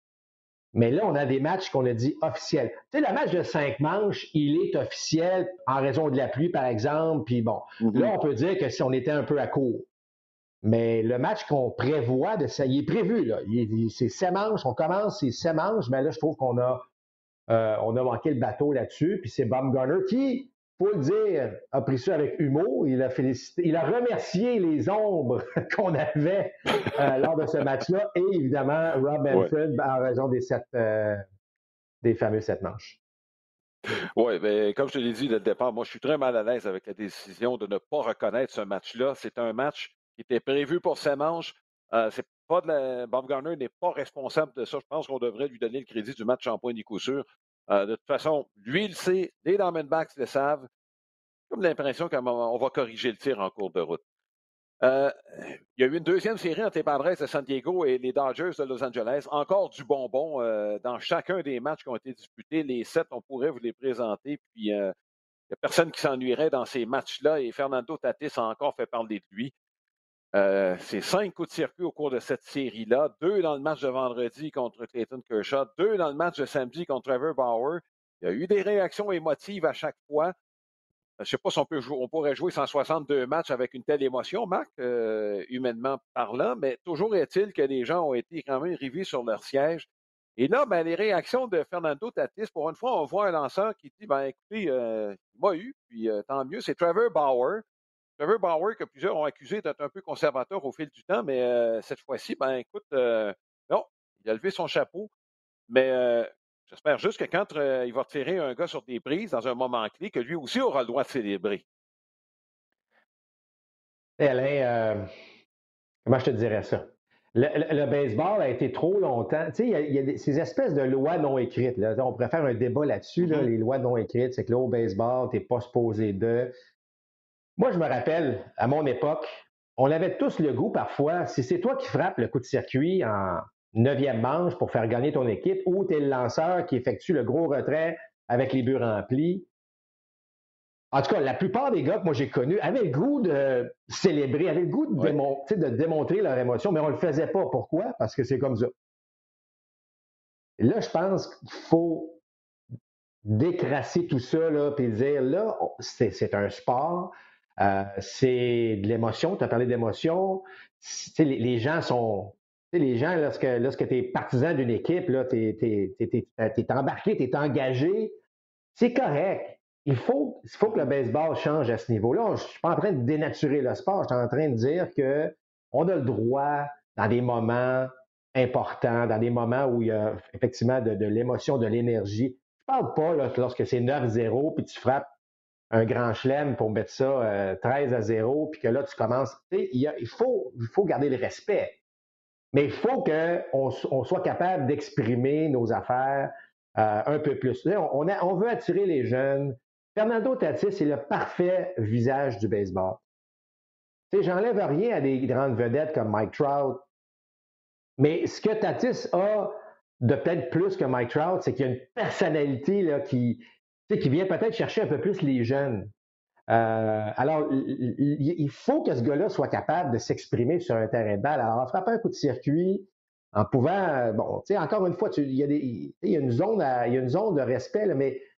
Mais là, on a des matchs qu'on a dit officiels. Tu sais, le match de cinq manches, il est officiel en raison de la pluie, par exemple. Puis bon, mm-hmm. là, on peut dire que si on était un peu à court. Mais le match qu'on prévoit, de ça, il est prévu. Là. Il, il, c'est sept manches, on commence, c'est sept manches, mais là, je trouve qu'on a, euh, on a manqué le bateau là-dessus. Puis c'est Bumgarner qui, faut le dire, a pris ça avec humour. Il a félicité, il a remercié les ombres qu'on avait euh, lors de ce match-là et évidemment Rob Manfred ouais. en raison des sept, euh, des fameux sept manches. Oui, mais comme je te l'ai dit dès le départ, moi je suis très mal à l'aise avec la décision de ne pas reconnaître ce match-là. C'est un match qui était prévu pour sept manches. Euh, c'est pas de la... Bumgarner n'est pas responsable de ça. Je pense qu'on devrait lui donner le crédit du match en point des coups sûrs. Euh, de toute façon, lui, il sait, les Diamondbacks le savent. Comme l'impression qu'on va corriger le tir en cours de route. Euh, il y a eu une deuxième série entre les Padres de San Diego et les Dodgers de Los Angeles. Encore du bonbon euh, dans chacun des matchs qui ont été disputés. Les sept, on pourrait vous les présenter. Puis, euh, il n'y a personne qui s'ennuierait dans ces matchs-là. Et Fernando Tatis a encore fait parler de lui. Euh, c'est cinq coups de circuit au cours de cette série-là. Deux dans le match de vendredi contre Clayton Kershaw. Deux dans le match de samedi contre Trevor Bauer. Il y a eu des réactions émotives à chaque fois. Je ne sais pas si on, peut jouer, on pourrait jouer cent soixante-deux matchs avec une telle émotion, Marc, euh, humainement parlant, mais toujours est-il que les gens ont été quand même rivés sur leur siège. Et là, ben, les réactions de Fernando Tatis, pour une fois, on voit un lanceur qui dit, ben écoutez, euh, il m'a eu, puis euh, tant mieux, c'est Trevor Bauer. Trevor Bauer, que plusieurs ont accusé d'être un peu conservateur au fil du temps, mais euh, cette fois-ci, ben écoute, euh, non, il a levé son chapeau, mais... Euh, J'espère juste que quand euh, il va tirer un gars sur des prises dans un moment clé, que lui aussi aura le droit de célébrer. Hey Alain, euh, comment je te dirais ça? Le, le, le baseball a été trop longtemps. Tu sais, il y a, il y a des, ces espèces de lois non écrites. Là. On pourrait faire un débat là-dessus. Mm-hmm. Là, les lois non écrites, c'est que là, au baseball, tu n'es pas supposé de. Moi, je me rappelle, à mon époque, on avait tous le goût parfois, si c'est toi qui frappes le coup de circuit en neuvième manche pour faire gagner ton équipe, ou tu es le lanceur qui effectue le gros retrait avec les buts remplis. En tout cas, la plupart des gars que moi j'ai connus avaient le goût de célébrer, avaient le goût de, ouais. démon- de démontrer leur émotion, mais on ne le faisait pas. Pourquoi? Parce que c'est comme ça. Et là, je pense qu'il faut décrasser tout ça, là, puis dire, là, c'est, c'est un sport, euh, c'est de l'émotion, tu as parlé d'émotion, les, les gens sont... Tu sais, les gens, lorsque, lorsque tu es partisan d'une équipe, tu es embarqué, tu es engagé, c'est correct. Il faut, il faut que le baseball change à ce niveau-là. Je ne suis pas en train de dénaturer le sport, je suis en train de dire qu'on a le droit, dans des moments importants, dans des moments où il y a effectivement de, de l'émotion, de l'énergie. Je ne parle pas là, lorsque c'est neuf zéro, puis tu frappes un grand chelem pour mettre ça euh, treize à zéro, puis que là, tu commences. Tu sais, il, y a, il, faut, il faut garder le respect. Mais il faut qu'on on soit capable d'exprimer nos affaires euh, un peu plus. Là, on, a, on veut attirer les jeunes. Fernando Tatis, c'est le parfait visage du baseball. Tu sais, j'enlève rien à des grandes vedettes comme Mike Trout. Mais ce que Tatis a de peut-être plus que Mike Trout, c'est qu'il y a une personnalité là, qui, tu sais, qui vient peut-être chercher un peu plus les jeunes. Euh, alors, il faut que ce gars-là soit capable de s'exprimer sur un terrain de balle. Alors, en frappant un coup de circuit, en pouvant, bon, tu sais, encore une fois, tu, il, y a des, il y a une zone à, il y a une zone de respect, là, mais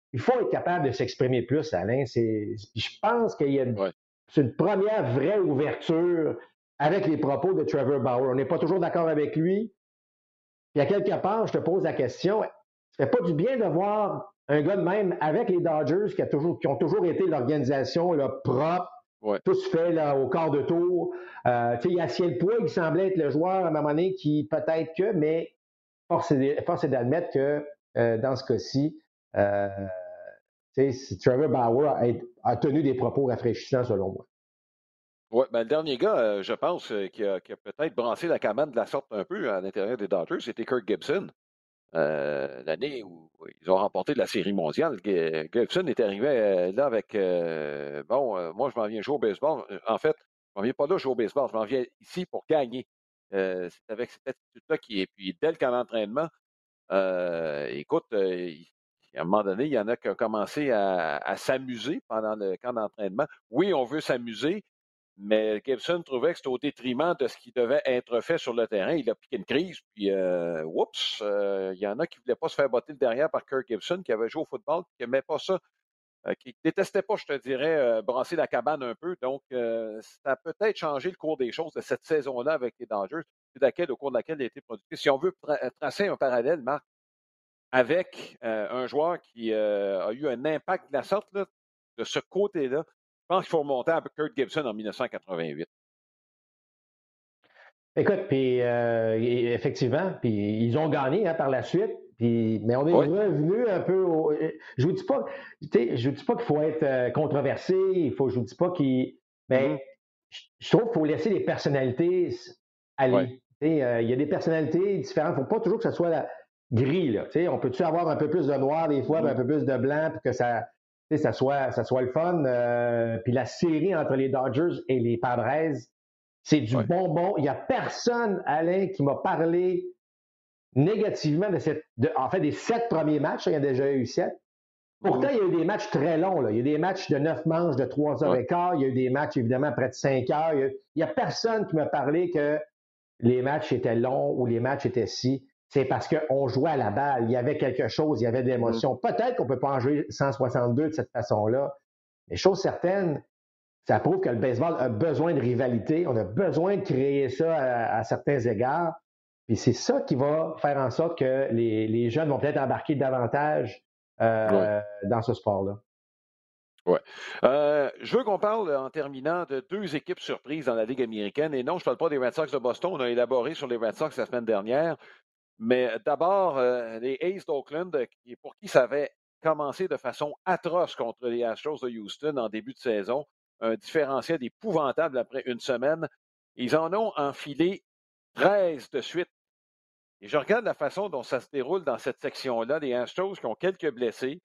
il faut être capable de s'exprimer plus, Alain. C'est, je pense qu'il y a une, ouais. c'est une première vraie ouverture avec les propos de Trevor Bauer. On n'est pas toujours d'accord avec lui. Puis à quelque part, je te pose la question, ça fait pas du bien de voir un gars de même avec les Dodgers qui, a toujours, qui ont toujours été l'organisation là, propre, ouais. tout se fait là, au quart de tour. Euh, il y a Ciel Puig qui semblait être le joueur à un moment donné qui peut-être que, mais force est, force est d'admettre que euh, dans ce cas-ci, euh, Trevor Bauer a, a tenu des propos rafraîchissants selon moi. Oui, ben, le dernier gars, euh, je pense, euh, qui a, qui a peut-être brassé la cabane de la sorte un peu à l'intérieur des Dodgers, c'était Kirk Gibson. Euh, l'année où ils ont remporté la Série mondiale, Gibson est arrivé euh, là avec euh, bon, euh, moi je m'en viens jouer au baseball. En fait, je m'en viens pas là jouer au baseball, je m'en viens ici pour gagner. Euh, c'est avec cette attitude-là qui est. Puis dès le camp d'entraînement, euh, écoute, euh, à un moment donné, il y en a qui ont commencé à, à s'amuser pendant le camp d'entraînement. Oui, on veut s'amuser, mais Gibson trouvait que c'était au détriment de ce qui devait être fait sur le terrain. Il a piqué une crise, puis euh, oups, euh, il y en a qui ne voulaient pas se faire botter le derrière par Kirk Gibson, qui avait joué au football, qui n'aimait pas ça, euh, qui détestait pas, je te dirais, euh, brasser la cabane un peu. Donc, euh, ça a peut-être changé le cours des choses de cette saison-là avec les Dodgers, laquelle, au cours de laquelle il a été productif. Si on veut tra- tracer un parallèle, Marc, avec euh, un joueur qui euh, a eu un impact de la sorte, là, de ce côté-là, je pense qu'il faut remonter à Kurt Gibson en dix-neuf cent quatre-vingt-huit. Écoute, puis euh, effectivement, puis ils ont gagné hein, par la suite. Puis, mais on est Oui. revenu un peu au. Je vous dis pas, je vous dis pas qu'il faut être euh, controversé. Il faut, je vous dis pas qu'il. Mais Mm-hmm. je, je trouve qu'il faut laisser les personnalités aller. Ouais. Euh, il y a des personnalités différentes. Il ne faut pas toujours que ce soit la gris. Là, on peut-tu avoir un peu plus de noir des fois, mm-hmm. un peu plus de blanc, pour que ça, ça, soit, ça soit le fun. Euh, puis la série entre les Dodgers et les Padres. C'est du ouais. bonbon. Il n'y a personne, Alain, qui m'a parlé négativement de cette. De, en fait, des sept premiers matchs. Il y en a déjà eu sept. Pourtant, mmh. il y a eu des matchs très longs. Là. Il y a eu des matchs de neuf manches de trois heures ouais. et quart. Il y a eu des matchs, évidemment, près de cinq heures. Il n'y a, a personne qui m'a parlé que les matchs étaient longs ou les matchs étaient si. C'est parce qu'on jouait à la balle. Il y avait quelque chose, il y avait de l'émotion. Mmh. Peut-être qu'on ne peut pas en jouer cent soixante-deux de cette façon-là. Mais chose certaine, ça prouve que le baseball a besoin de rivalité. On a besoin de créer ça à, à certains égards. Puis c'est ça qui va faire en sorte que les, les jeunes vont peut-être embarquer davantage euh, oui. dans ce sport-là. Oui. Euh, je veux qu'on parle en terminant de deux équipes surprises dans la Ligue américaine. Et non, je ne parle pas des Red Sox de Boston. On a élaboré sur les Red Sox la semaine dernière. Mais d'abord, euh, les A's d'Oakland, pour qui ça avait commencé de façon atroce contre les Astros de Houston en début de saison. Un différentiel épouvantable après une semaine. Ils en ont enfilé treize de suite. Et je regarde la façon dont ça se déroule dans cette section-là. Les Astros qui ont quelques blessés.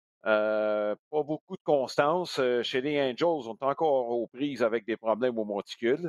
Euh, pas beaucoup de constance. Chez les Angels, on est encore aux prises avec des problèmes au monticule.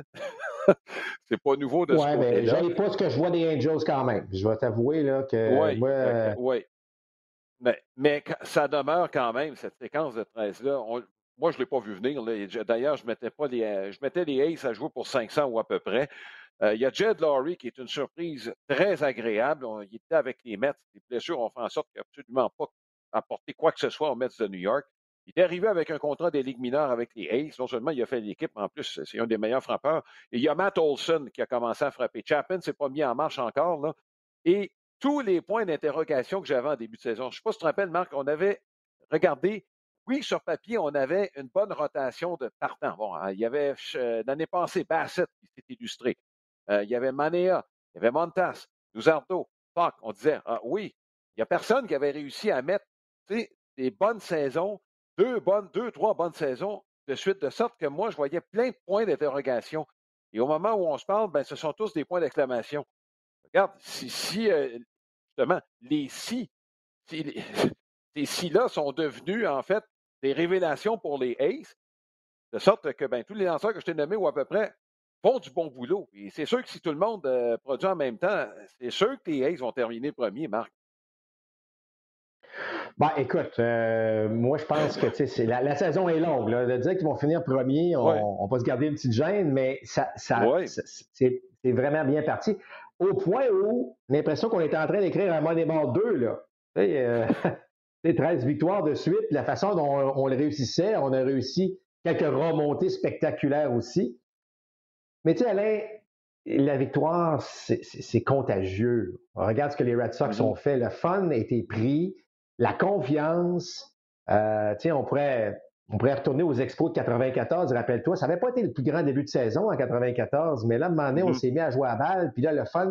C'est pas nouveau de ouais, ce côté-là. Ouais, mais pas ce que je vois des Angels quand même. Je vais t'avouer là, que oui, moi... euh... oui. Mais, mais ça demeure quand même, cette séquence de treize-là. On, moi, je ne l'ai pas vu venir. Là. D'ailleurs, je mettais pas les, je mettais les Aces à jouer pour cinq cents ou à peu près. Euh, il y a Jed Lowry qui est une surprise très agréable. On, il était avec les Mets. Les blessures ont fait en sorte qu'il n'a absolument pas apporté quoi que ce soit aux Mets de New York. Il est arrivé avec un contrat des ligues mineures avec les Aces. Non seulement il a fait l'équipe, mais en plus, c'est un des meilleurs frappeurs. Et il y a Matt Olson qui a commencé à frapper. Chapman ne s'est pas mis en marche encore. Là. Et tous les points d'interrogation que j'avais en début de saison. Je ne sais pas si tu te rappelles, Marc, on avait regardé, oui, sur papier, on avait une bonne rotation de partants. Bon, hein, il y avait euh, l'année passée Bassett qui s'est illustré. Euh, il y avait Manea, il y avait Montas, Luzardo, Puck. On disait, ah oui, il n'y a personne qui avait réussi à mettre des bonnes saisons, deux bonnes, deux, trois bonnes saisons de suite, de sorte que moi, je voyais plein de points d'interrogation. Et au moment où on se parle, ben, ce sont tous des points d'exclamation. Regarde, si, si euh, justement, les si, si les, ces si-là sont devenus, en fait, des révélations pour les Aces, de sorte que ben, tous les lanceurs que je t'ai nommés, ou à peu près, font du bon boulot. Et c'est sûr que si tout le monde euh, produit en même temps, c'est sûr que les Aces vont terminer premier, Marc. Ben, écoute, euh, moi, je pense que c'est, la, la saison est longue. Là. De dire qu'ils vont finir premier, on, ouais. on va se garder une petite gêne, mais ça, ça, ouais. c'est, c'est vraiment bien parti. Au point où, j'ai l'impression qu'on est en train d'écrire un Moneyball deux, là. Euh, treize victoires de suite, la façon dont on, on le réussissait, on a réussi quelques remontées spectaculaires aussi. Mais tu sais, Alain, la victoire, c'est contagieux. On regarde ce que les Red Sox mm-hmm. ont fait. Le fun a été pris, la confiance. Euh, tu sais, on pourrait, on pourrait retourner aux Expos de quatre-vingt-quatorze, rappelle-toi. Ça n'avait pas été le plus grand début de saison en quatre-vingt-quatorze, mais là, à un moment donné, mm-hmm. on s'est mis à jouer à balle, puis là, le fun.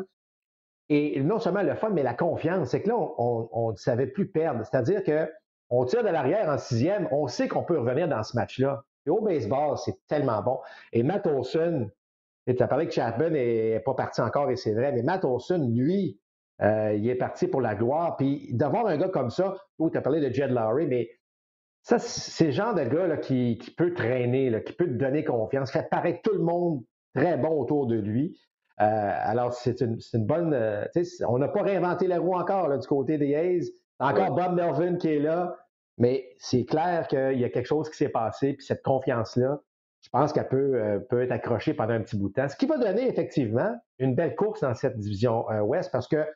Et non seulement le fun, mais la confiance. C'est que là, on ne savait plus perdre. C'est-à-dire qu'on tire de l'arrière en sixième, on sait qu'on peut revenir dans ce match-là. Et au baseball, c'est tellement bon. Et Matt Olson, tu as parlé que Chapman n'est pas parti encore, et c'est vrai, mais Matt Olson, lui, euh, il est parti pour la gloire. Puis d'avoir un gars comme ça, oh, tu as parlé de Jed Lowry, mais ça, c'est le genre de gars là, qui, qui peut traîner, là, qui peut te donner confiance, fait paraître tout le monde très bon autour de lui. Euh, alors, c'est une, une bonne... Euh, on n'a pas réinventé la roue encore là, du côté des A's. Encore ouais. Bob Melvin qui est là, mais c'est clair qu'il y a quelque chose qui s'est passé, puis cette confiance-là, je pense qu'elle peut, euh, peut être accrochée pendant un petit bout de temps. Ce qui va donner effectivement une belle course dans cette division euh, Ouest, parce que,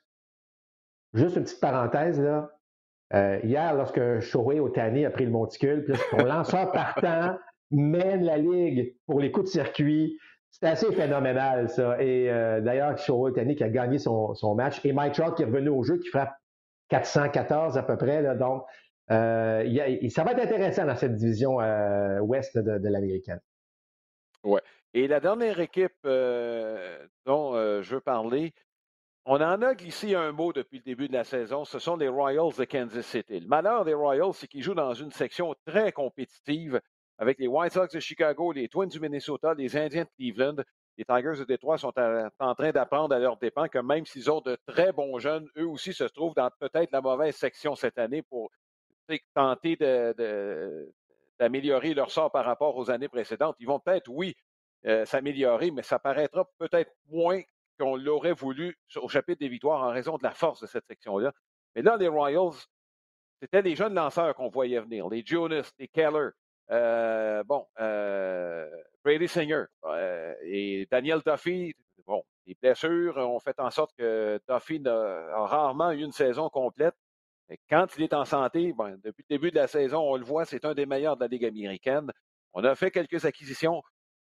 juste une petite parenthèse, là, euh, hier, lorsque Shohei Ohtani a pris le monticule, puis son lanceur partant mène la Ligue pour les coups de circuit, c'est assez phénoménal, ça. Et euh, d'ailleurs, Shohei Ohtani qui a gagné son, son match, et Mike Trout qui est revenu au jeu, qui frappe quatre cent quatorze à peu près. Là, donc, euh, y a, ça va être intéressant dans cette division euh, ouest de, de l'américaine. Oui. Et la dernière équipe euh, dont euh, je veux parler, on en a glissé un mot depuis le début de la saison, ce sont les Royals de Kansas City. Le malheur des Royals, c'est qu'ils jouent dans une section très compétitive avec les White Sox de Chicago, les Twins du Minnesota, les Indiens de Cleveland. Les Tigers de Détroit sont à, en train d'apprendre à leurs dépens que même s'ils ont de très bons jeunes, eux aussi se trouvent dans peut-être la mauvaise section cette année pour tenter de, de, d'améliorer leur sort par rapport aux années précédentes. Ils vont peut-être, oui, euh, s'améliorer, mais ça paraîtra peut-être moins qu'on l'aurait voulu au chapitre des victoires en raison de la force de cette section-là. Mais là, les Royals, c'était les jeunes lanceurs qu'on voyait venir. Les Jonas, les Keller, euh, bon, euh, Brady Singer euh, et Daniel Duffy. Bon, les blessures ont fait en sorte que Duffy a, a rarement eu une saison complète. Et quand il est en santé, ben, depuis le début de la saison, on le voit, c'est un des meilleurs de la Ligue américaine. On a fait quelques acquisitions.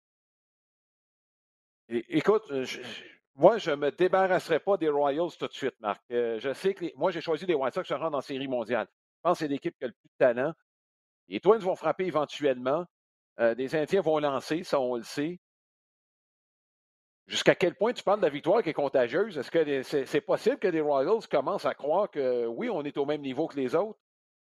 Et, écoute, je, moi, je ne me débarrasserai pas des Royals tout de suite, Marc. Euh, je sais que les, moi, j'ai choisi les White Sox se rendre en série mondiale. Je pense que c'est l'équipe qui a le plus de talent. Les Twins vont frapper éventuellement. Euh, les Indiens vont lancer, ça, on le sait. Jusqu'à quel point tu parles de la victoire qui est contagieuse? Est-ce que c'est, c'est possible que les Royals commencent à croire que, oui, on est au même niveau que les autres?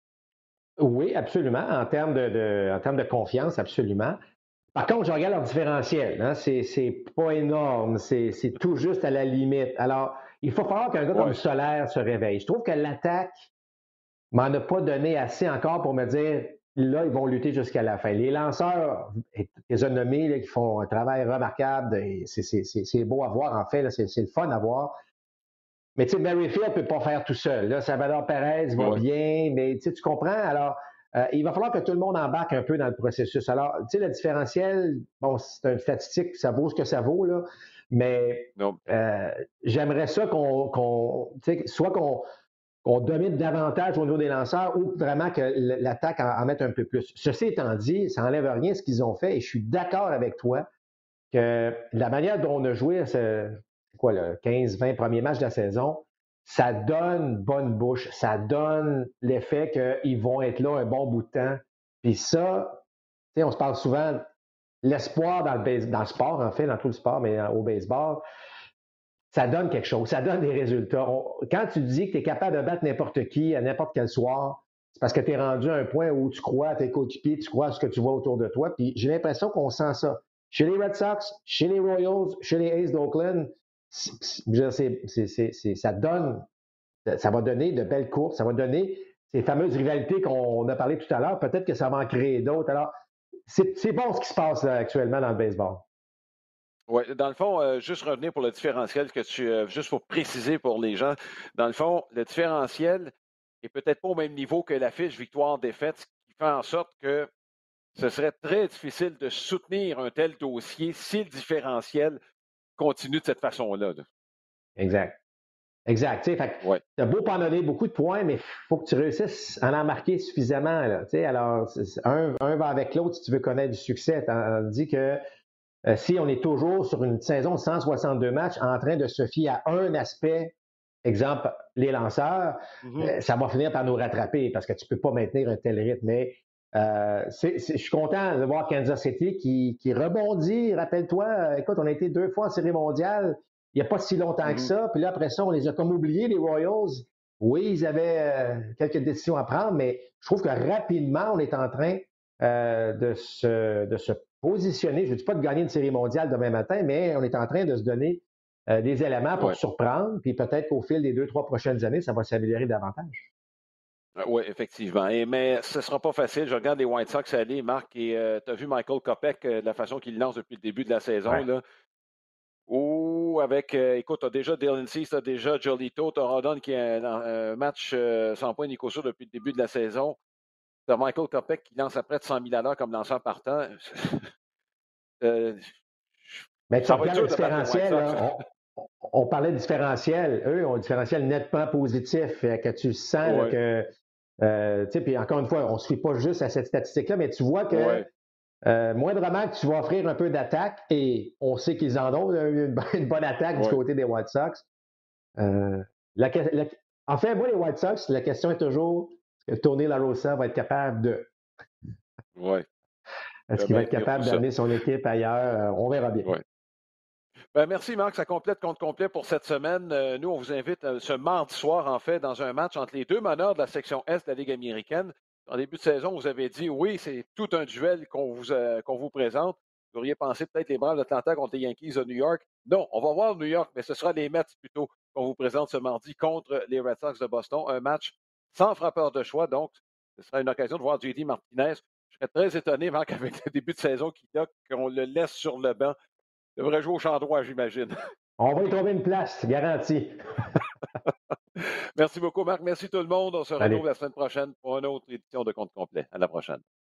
Oui, absolument. En termes de, de, en termes de confiance, absolument. Par contre, je regarde leur différentiel. Hein, c'est, c'est pas énorme. C'est, c'est tout juste à la limite. Alors, il faut falloir qu'un gars ouais. comme Solaire se réveille. Je trouve que l'attaque m'en a pas donné assez encore pour me dire, là, ils vont lutter jusqu'à la fin. Les lanceurs, les ont nommés, là, qui font un travail remarquable. Et c'est, c'est, c'est, c'est beau à voir, en fait. Là, c'est, c'est le fun à voir. Mais tu sais, Merrifield ne peut pas faire tout seul. Là, Salvador Perez va ouais. bien, mais tu comprends? Alors, euh, il va falloir que tout le monde embarque un peu dans le processus. Alors, tu sais, le différentiel, bon, c'est une statistique, ça vaut ce que ça vaut, là, mais euh, j'aimerais ça qu'on, qu'on tu sais, soit qu'on, qu'on domine davantage au niveau des lanceurs ou vraiment que l'attaque en, en mette un peu plus. Ceci étant dit, ça n'enlève rien ce qu'ils ont fait et je suis d'accord avec toi que la manière dont on a joué ce, quoi, le quinze vingt premiers matchs de la saison, ça donne bonne bouche, ça donne l'effet qu'ils vont être là un bon bout de temps. Puis ça, tu sais, on se parle souvent, l'espoir dans le, base, dans le sport, en fait, dans tout le sport, mais au baseball, ça donne quelque chose, ça donne des résultats. On, quand tu dis que tu es capable de battre n'importe qui à n'importe quel soir, c'est parce que tu es rendu à un point où tu crois à tes coéquipiers, tu crois à ce que tu vois autour de toi. Puis j'ai l'impression qu'on sent ça. Chez les Red Sox, chez les Royals, chez les A's d'Oakland, c'est, c'est, c'est, c'est, ça donne, ça va donner de belles courses, ça va donner ces fameuses rivalités qu'on a parlé tout à l'heure. Peut-être que ça va en créer d'autres. Alors, c'est, c'est bon ce qui se passe là, actuellement dans le baseball. Oui, dans le fond, euh, juste revenir pour le différentiel que tu, euh, juste pour préciser pour les gens, dans le fond, le différentiel est peut-être pas au même niveau que la fiche victoire-défaite, ce qui fait en sorte que ce serait très difficile de soutenir un tel dossier si le différentiel continue de cette façon-là. Là. Exact. Exact. Tu Ouais. as beau pas en donner beaucoup de points, mais il faut que tu réussisses à en marquer suffisamment. Là, alors, un, un va avec l'autre si tu veux connaître du succès. Tandis que euh, si on est toujours sur une saison de cent soixante-deux matchs en train de se fier à un aspect, exemple, les lanceurs, Mm-hmm. euh, ça va finir par nous rattraper parce que tu ne peux pas maintenir un tel rythme. Mais euh, c'est, c'est, je suis content de voir Kansas City qui, qui rebondit. Rappelle-toi, euh, écoute, on a été deux fois en série mondiale il n'y a pas si longtemps mm-hmm. que ça. Puis là, après ça, on les a comme oubliés, les Royals. Oui, ils avaient euh, quelques décisions à prendre, mais je trouve que rapidement, on est en train euh, de, se, de se positionner. Je ne dis pas de gagner une série mondiale demain matin, mais on est en train de se donner euh, des éléments pour ouais. surprendre. Puis peut-être qu'au fil des deux, trois prochaines années, ça va s'améliorer davantage. Oui, effectivement. Et, mais ce ne sera pas facile. Je regarde les White Sox aller, Marc, et euh, tu as vu Michael Kopech, euh, de la façon qu'il lance depuis le début de la saison. Ouais. Là. Ou avec, euh, écoute, tu as déjà Dylan Cease, tu as déjà Jolito, tu as Rodon qui a un, un match euh, sans point Nico Sur depuis le début de la saison. Tu as Michael Kopech qui lance à près de cent mille à l'heure comme lanceur partant. euh, Mais tu regardes le différentiel. Là, on, on parlait de différentiel. Eux ont un différentiel nettement positif. Que tu sens ouais. là, que. Euh, tu sais, puis encore une fois, on ne se suit pas juste à cette statistique-là, mais tu vois que. Ouais. Euh, moindrement que tu vas offrir un peu d'attaque, et on sait qu'ils en ont une, une bonne attaque ouais. du côté des White Sox. Euh, la, la, en fait, moi, les White Sox, la question est toujours est-ce que Tony La Rosa va être capable de. Oui. Est-ce qu'il va être capable d'amener son équipe ailleurs? On verra bien. Ouais. Ben, merci, Marc. Ça complète compte complet pour cette semaine. Euh, nous, on vous invite euh, ce mardi soir, en fait, dans un match entre les deux meneurs de la section Est de la Ligue américaine. En début de saison, vous avez dit oui, c'est tout un duel qu'on vous, euh, qu'on vous présente. Vous auriez pensé peut-être les Braves d'Atlanta contre les Yankees de New York. Non, on va voir New York, mais ce sera les Mets plutôt qu'on vous présente ce mardi contre les Red Sox de Boston. Un match sans frappeur de choix, donc ce sera une occasion de voir J D Martinez. Je serais très étonné, Marc, avec le début de saison qu'il a, qu'on le laisse sur le banc. Il devrait jouer au champ droit, j'imagine. On va y trouver une place, garantie. Merci beaucoup, Marc. Merci tout le monde. On se retrouve Allez. la semaine prochaine pour une autre édition de Compte complet. À la prochaine.